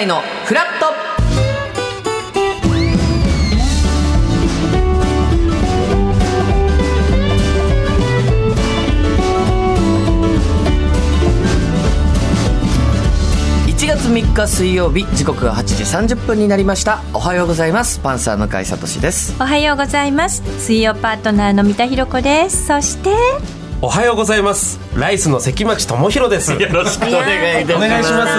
井のフラット。1月3日水曜日、時刻が8時30分になりました。おはようございます。パンサー向井聡です。 おはようございます。水曜パートナーの三田寛子です。そしておはようございます。ライスの関町智博です。 よろしくお願いいたします。 お願いします。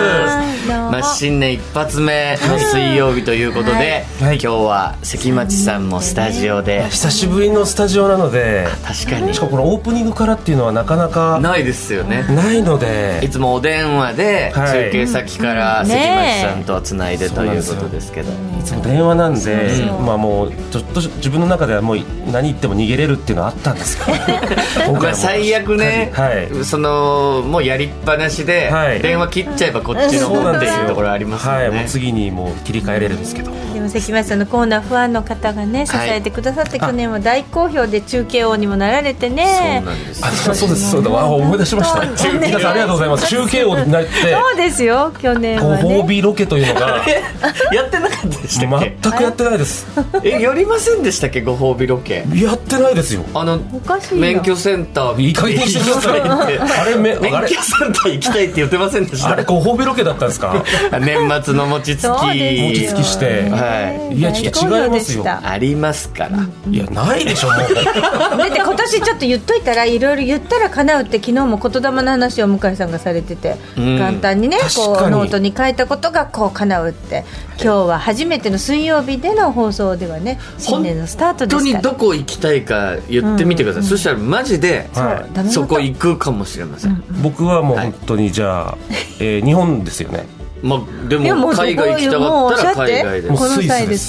新年一発目の水曜日ということで、今日は関町さんもスタジオで、 久しぶりのスタジオなので、 確かにしかもこのオープニングからっていうのはなかなかないですよね。 ないので、 いつもお電話で中継先から関町さんとつないでということですけど、 いつも電話なんで、まあもうちょっと自分の中ではもう何言っても逃げれるっていうのはあったんですけど今回は最悪ね、そのもうやりっぱなしで、電話切っちゃえばこっちの方っていうところありますよね。 もう次にもう切り替えれるんですけど、 でも関町さんのコーナーファンの方がね支えてくださって、去年は大好評で中継王にもなられてね。 そうなんです。 そうです。そうだ。思い出しました。皆さんありがとうございます。中継王になってそうですよ。去年はねご褒美ロケというのがやってなかったでしたっけ？ 全くやってないです。 やりませんでしたっけ？ご褒美ロケやってないですよ。 おかしいな。 免許センターいい加減にしてくださいってあれ免許センター行きたいって言ってませんでした？ あれご褒美ロケだったんですか？ 年末の餅つきして、いやちょっと違いますよ。 ありますから。 いやないでしょもうだって今年ちょっと言っといたら、いろいろ言ったら叶うって昨日も言霊の話を向井さんがされてて、簡単にねこうノートに書いたことがこう叶うって。今日は初めての水曜日での放送ではね、新年のスタートですから、 本当にどこ行きたいか言ってみてください。そしたらマジでそこ行くかもしれません。 僕はもう本当にじゃあ日本ですよね。 でも海外行きたかったら海外で。 もうスイスです。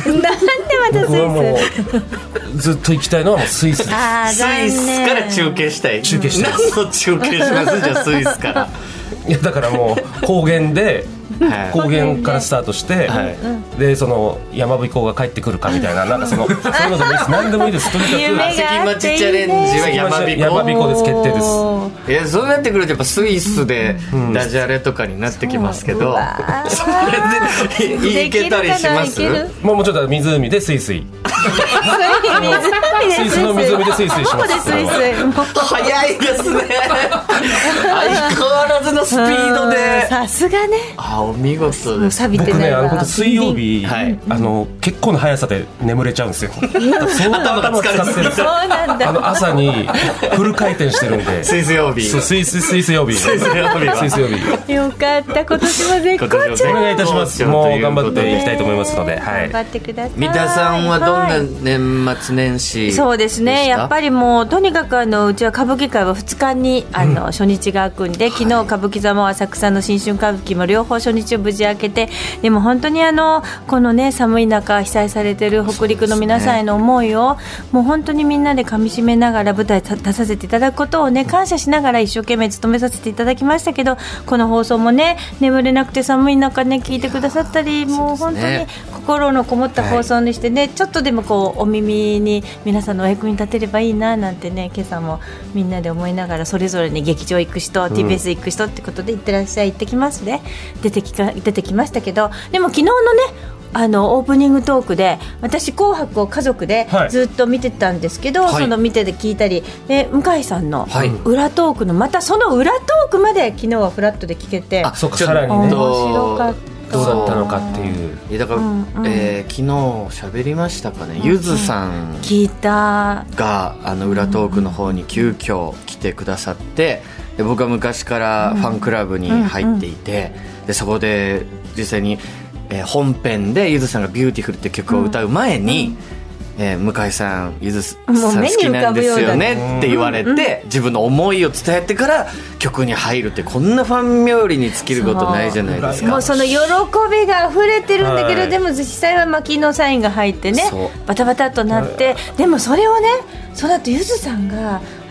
なんでまたスイス？ 僕はもうずっと行きたいのはもうスイスです。 スイスから中継したい。何の中継しますじゃあスイスから。 いやだからもう高原で高原からスタートして、でその山彦が帰ってくるかみたいな、なんかそういうのでもいいです。何でもいいです。とにかく関町チャレンジは山彦です。決定です。 そうなってくるとやっぱスイスでダジャレとかになってきますけど、それでいけたりします？ もうちょっと湖でスイスイスイスの湖でスイスイします。 早いですね。相変わらずのスピードで。 さすがね。 お見事です。 錆びてないわ。 僕ね、水曜日、結構な速さで眠れちゃうんですよ。 頭が疲れてる。 そうなんだ。 朝にフル回転してるんで。 スイス曜日。 スイス曜日。 よかった。今年も絶好調。 お願いいたします。もう頑張っていきたいと思いますので。 頑張ってください。 三田さんはどんな年末年始でした？ そうですね。やっぱりもうとにかくうちは歌舞伎界は2日に初日が開くんで、昨日歌舞伎座も浅草の新春歌舞伎も両方初日を無事開けて、でも本当にこのね寒い中被災されてる北陸の皆さんへの思いをもう本当にみんなでかみしめながら舞台出させていただくことをね感謝しながら一生懸命務めさせていただきましたけど、この放送もね眠れなくて寒い中ね聞いてくださったり、もう本当に心のこもった放送にしてね、ちょっとでもこうお耳に皆さんのお役に立てればいいななんてね、今朝もみんなで思いながら、それぞれに劇場行く人、TBS 行く人ってことで行ってらっしゃい、行ってきますね、出てきましたけど、でも昨日のねオープニングトークで私紅白を家族でずっと見てたんですけど、その見てて聞いたりで、向井さんの裏トークのまたその裏トークまで昨日はフラットで聞けて、 そうか、さらにね面白かった。 どうだったのかっていう。 だから、昨日喋りましたかね、ゆずさん聞いたが裏トークの方に急遽来てくださって、で僕は昔からファンクラブに入っていて、でそこで実際に本編でゆずさんがビューティフルって曲を歌う前に、向井さんゆずさん好きなんですよねって言われて、自分の思いを伝えてから曲に入るって、こんなファン冥利に尽きることないじゃないですか。 もうその喜びが溢れてるんだけど、でも実際は牧のサインが入ってねバタバタとなって、でもそれをね、その後ゆずさんが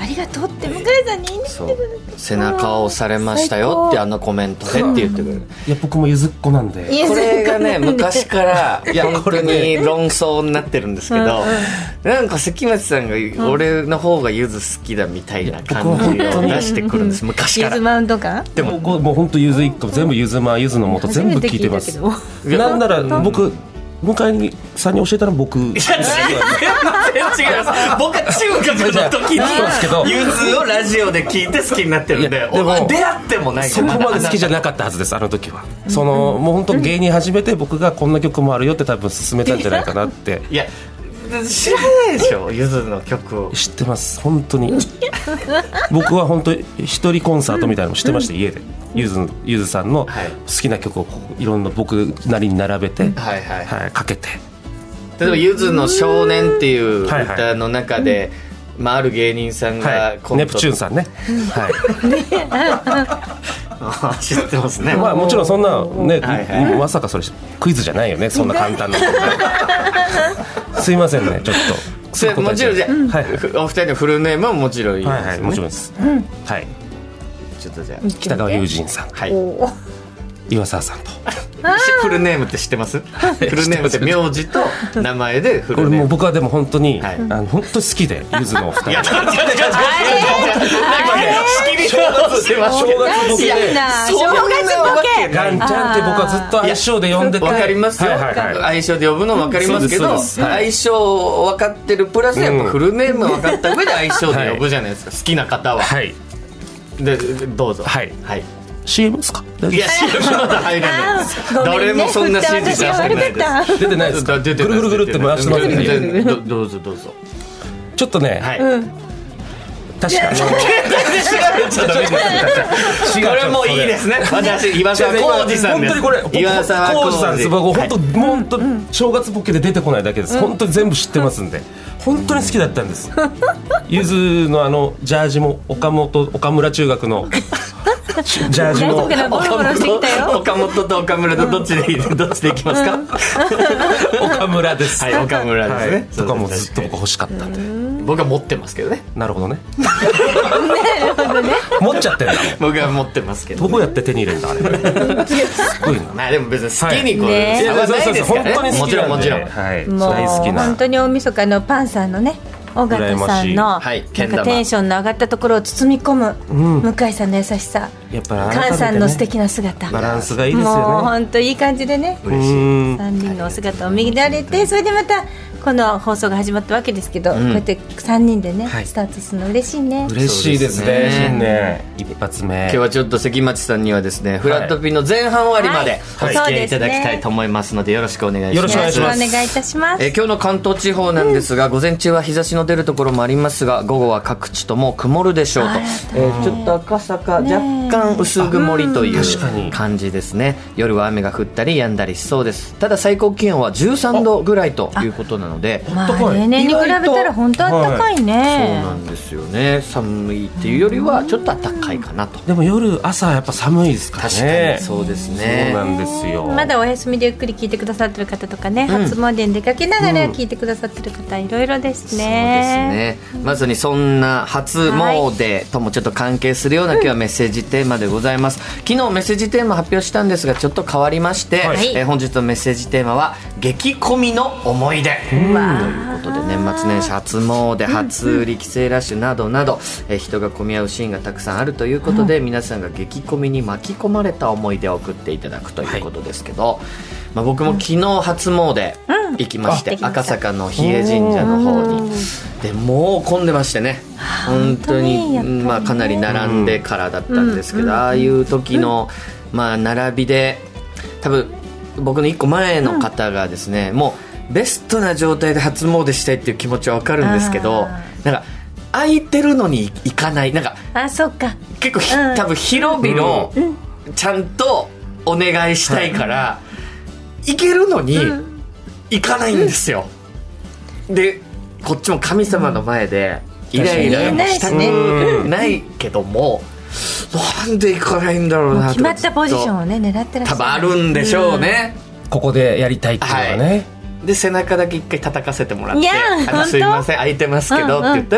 ありがとうって向井さんに言いに来てくれて、 背中を押されましたよってコメントでって言ってくれる。 いや僕もゆずっ子なんで、 これがね昔から本当に論争になってるんですけど、なんか関町さんが俺の方がゆず好きだみたいな感じを出してくるんです、昔から。 ゆずマウントか。 でももう本当ゆず一個全部ゆずまゆずの元全部聞いてます。なんなら僕向井さんに教えたら僕全然違います。僕は中学の時にゆずをラジオで聞いて好きになってるんで、でも出会ってもないそこまで好きじゃなかったはずです。あの時はもう本当芸人始めて僕がこんな曲もあるよって多分勧めたんじゃないかなって。 いや知らないでしょゆずの曲を。 知ってます本当に。僕は本当一人コンサートみたいなのも知ってました、家でゆずさんの好きな曲をいろんな僕なりに並べて、かけて、 例えばゆずの少年っていう歌の中で、ある芸人さんがネプチューンさんね、 知ってますね。 もちろんそんなね、まさかそれクイズじゃないよね、そんな簡単なすいませんねちょっと。 もちろんじゃお二人のフルネームはもちろんいいですよね。 もちろんです。 ちょっとじゃ北川悠仁さん、岩沢さんと。 フルネームって知ってます？フルネームって名字と名前でフルネーム。これもう僕はでも本当に本当好きでゆずのお二人。いや正月ボケでガンちゃんって僕はずっと愛称で呼んでて。 わかりますよ。愛称で呼ぶの分かりますけど、愛称分かってるプラスやっぱフルネーム分かった上で愛称で呼ぶじゃないですか、好きな方は。でどうぞ。CM ですか？ いや CM まだ入らないです。誰もそんな指示出してないです。 出てないですか？ぐるぐるぐるって回してますね。 どうぞどうぞ。 ちょっとね、確かにこれもういいですね。私岩沢浩二さんです。 本当にこれ岩沢浩二さんです。僕本当正月ボケで出てこないだけです。本当に全部知ってますんで。本当に好きだったんです。ゆずのジャージも岡村中学のジャージも岡本と岡村とどっちでいきますか？ 岡村です。 岡村ですね。 とかもずっと僕欲しかったんで。 僕は持ってますけどね。 なるほどね。持っちゃってんだ。 僕は持ってますけど。 どうやって手に入れるんだあれ。すごいな。 でも別に好きにこれ差はないですからね。 本当に好きなんで。 もちろん。 大好きな。 本当に大晦日のパンさんのね。尾形さんのなんかテンションの上がったところを包み込む向井さんの優しさ、菅さんの素敵な姿、 バランスがいいですよね。 もう本当いい感じでね、3人のお姿を見られて、それでまたこの放送が始まったわけですけど、こうやって3人でねスタートするの嬉しいね。 嬉しいですね。新年一発目。 今日はちょっと関町さんにはですね、フラットピの前半終わりまでお付き合いいただきたいと思いますので、よろしくお願いします。 よろしくお願いします。 お願いいたします。 今日の関東地方なんですが、午前中は日差しの出るところもありますが、午後は各地とも曇るでしょうと。ちょっと赤坂若干薄曇りという感じですね。夜は雨が降ったり止んだりしそうです。ただ最高気温は13度ぐらいということなので、 例年に比べたら本当暖かいね。 そうなんですよね。寒いっていうよりはちょっと暖かいかなと。 でも夜朝やっぱ寒いですからね。 確かにそうですね。 そうなんですよ。 まだお休みでゆっくり聞いてくださってる方とかね、初詣に出かけながら聞いてくださってる方、いろいろですね。 そうですね。まさにそんな初詣ともちょっと関係するような今日はメッセージテーマでございます。昨日メッセージテーマ発表したんですが、ちょっと変わりまして、本日のメッセージテーマは激混みの思い出ということで、年末年始初詣、初売り、帰省ラッシュなどなど、人が混み合うシーンがたくさんあるということで、皆さんが激混みに巻き込まれた思い出を送っていただくということですけど、僕も昨日初詣行きまして、赤坂の比叡神社の方にでもう混んでましてね、本当にかなり並んでからだったんですけど、ああいう時の並びで多分僕の1個前の方がですね、もうベストな状態で初詣したいっていう気持ちは分かるんですけど、なんか空いてるのに行かない、なんかそっか、 結構多分広々ちゃんとお願いしたいから行けるのに行かないんですよ。でこっちも神様の前でイライラしたくないけども、なんで行かないんだろうなと、 決まったポジションをね狙ってらっしゃる、 多分あるんでしょうね、 ここでやりたいっていうのはね、 で背中だけ一回叩かせてもらって、 いやすいません空いてますけどって言ったら、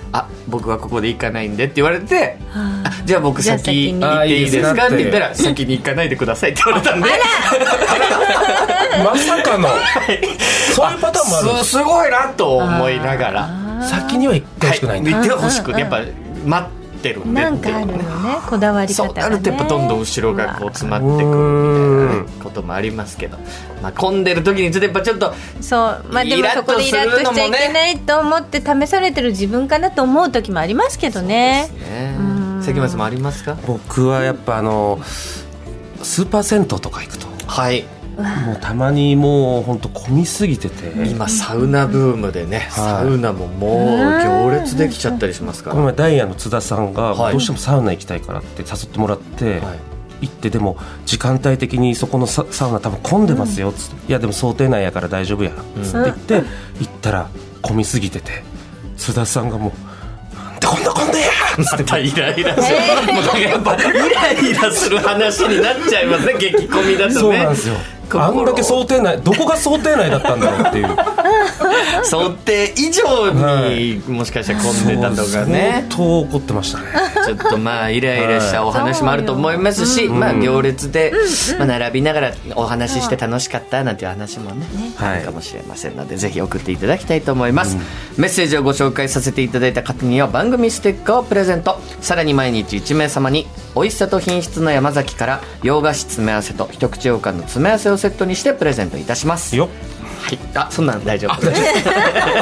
僕はここで行かないんでって言われて、じゃあ僕先行じゃあっていいですかって言ったら、先に行かないでくださいって言われたんでまさかのそういうパターンもあるんです。 すごいなと思いながら、 先には行ってほしくないんだ、 行ってほしくて、やっぱ待ってるんでなんかあるのね、こだわり方がね。 そうなるとやっぱどんどん後ろがこう詰まってくるみたいなこともありますけど、混んでる時にちょっとやっぱちょっとそう、でもそこでイラッとしちゃいけないと思って試されてる自分かなと思う時もありますけどね。 関松もありますか？ 僕はやっぱスーパー銭湯とか行くと、もうたまにもう本当混みすぎてて、 今サウナブームでね、サウナももう行列できちゃったりしますから。 この前ダイヤの津田さんがどうしてもサウナ行きたいからって誘ってもらって、行って、でも時間帯的にそこのサウナ多分混んでますよっつって、いやでも想定内やから大丈夫やつって言って行ったら混みすぎてて、津田さんがもうなんでこんな混んでやまたイライラするもうだからやっぱイライラする話になっちゃいますね、激混みだとね。 そうなんですよ。あんだけ想定内、どこが想定内だったんだろうっていう想定以上にもしかしたら混んでたとかね、 相当怒ってましたね。 ちょっとイライラしたお話もあると思いますし、行列で並びながらお話しして楽しかったなんていう話もねあるかもしれませんので、ぜひ送っていただきたいと思います。メッセージをご紹介させていただいた方には番組ステッカーをプレゼント。さらに毎日1名様に美味しさと品質の山崎から洋菓子詰め合わせと一口羊羹の詰め合わせをセットにしてプレゼントいたしますよ。そんなん大丈夫ですよとか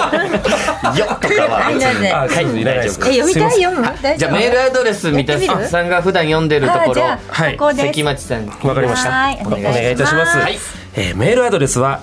は読みたいよ。 じゃあメールアドレス三田さんが普段読んでるところ、関町さん、 わかりました、お願いいたします。メールアドレスは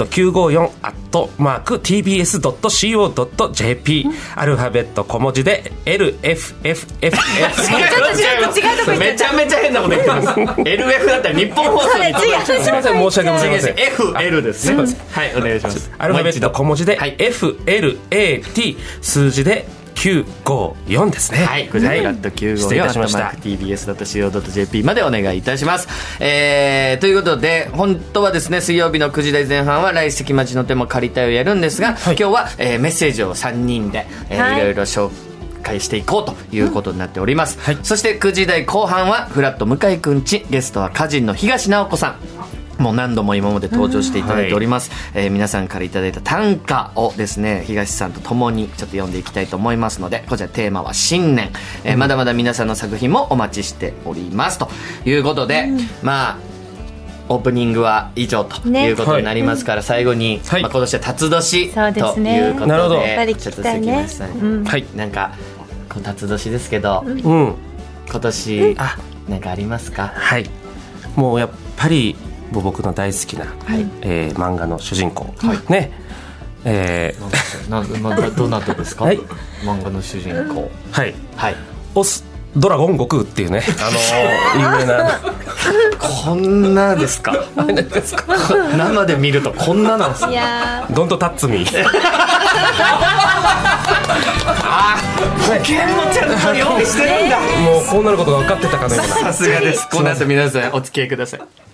flat954@tbs.co.jp、 アルファベット小文字で LFFFF めちゃめちゃ変なこと言ってますLF だったら日本放送に届いてすいません、申し訳ございません。 FL ですね。はい、お願いします。 アルファベット小文字で FLAT 数字で954ですね。 こちら954 tbs.co.jp までお願いいたします。ということで本当はですね、水曜日の9時台前半は来関町の手も借りたいをやるんですが、今日は、メッセージを3人で、いろいろ紹介していこうということになっております。そして9時台後半はフラット向井くんち、ゲストは歌人の東直子さん、もう何度も今まで登場していただいております。皆さんからいただいた短歌をですね、東さんと共にちょっと読んでいきたいと思いますので、こちらテーマは新年、まだまだ皆さんの作品もお待ちしておりますということで、オープニングは以上ということになりますから、最後に、今年は辰年ということで、ちょっと関町さん、なんかこう辰年ですけど、今年なんかありますか？ もうやっぱり僕の大好きな、漫画の主人公、ね、 どなたですか？漫画の主人公、 オスドラゴン悟空っていうね、有名なこんなですか？生で見るとこんななんですか？ ドントタッツミー保険もちゃんと用意してるんだ。 もうこうなることが分かってたかのような。 さすがです。この後皆さんお付き合いください。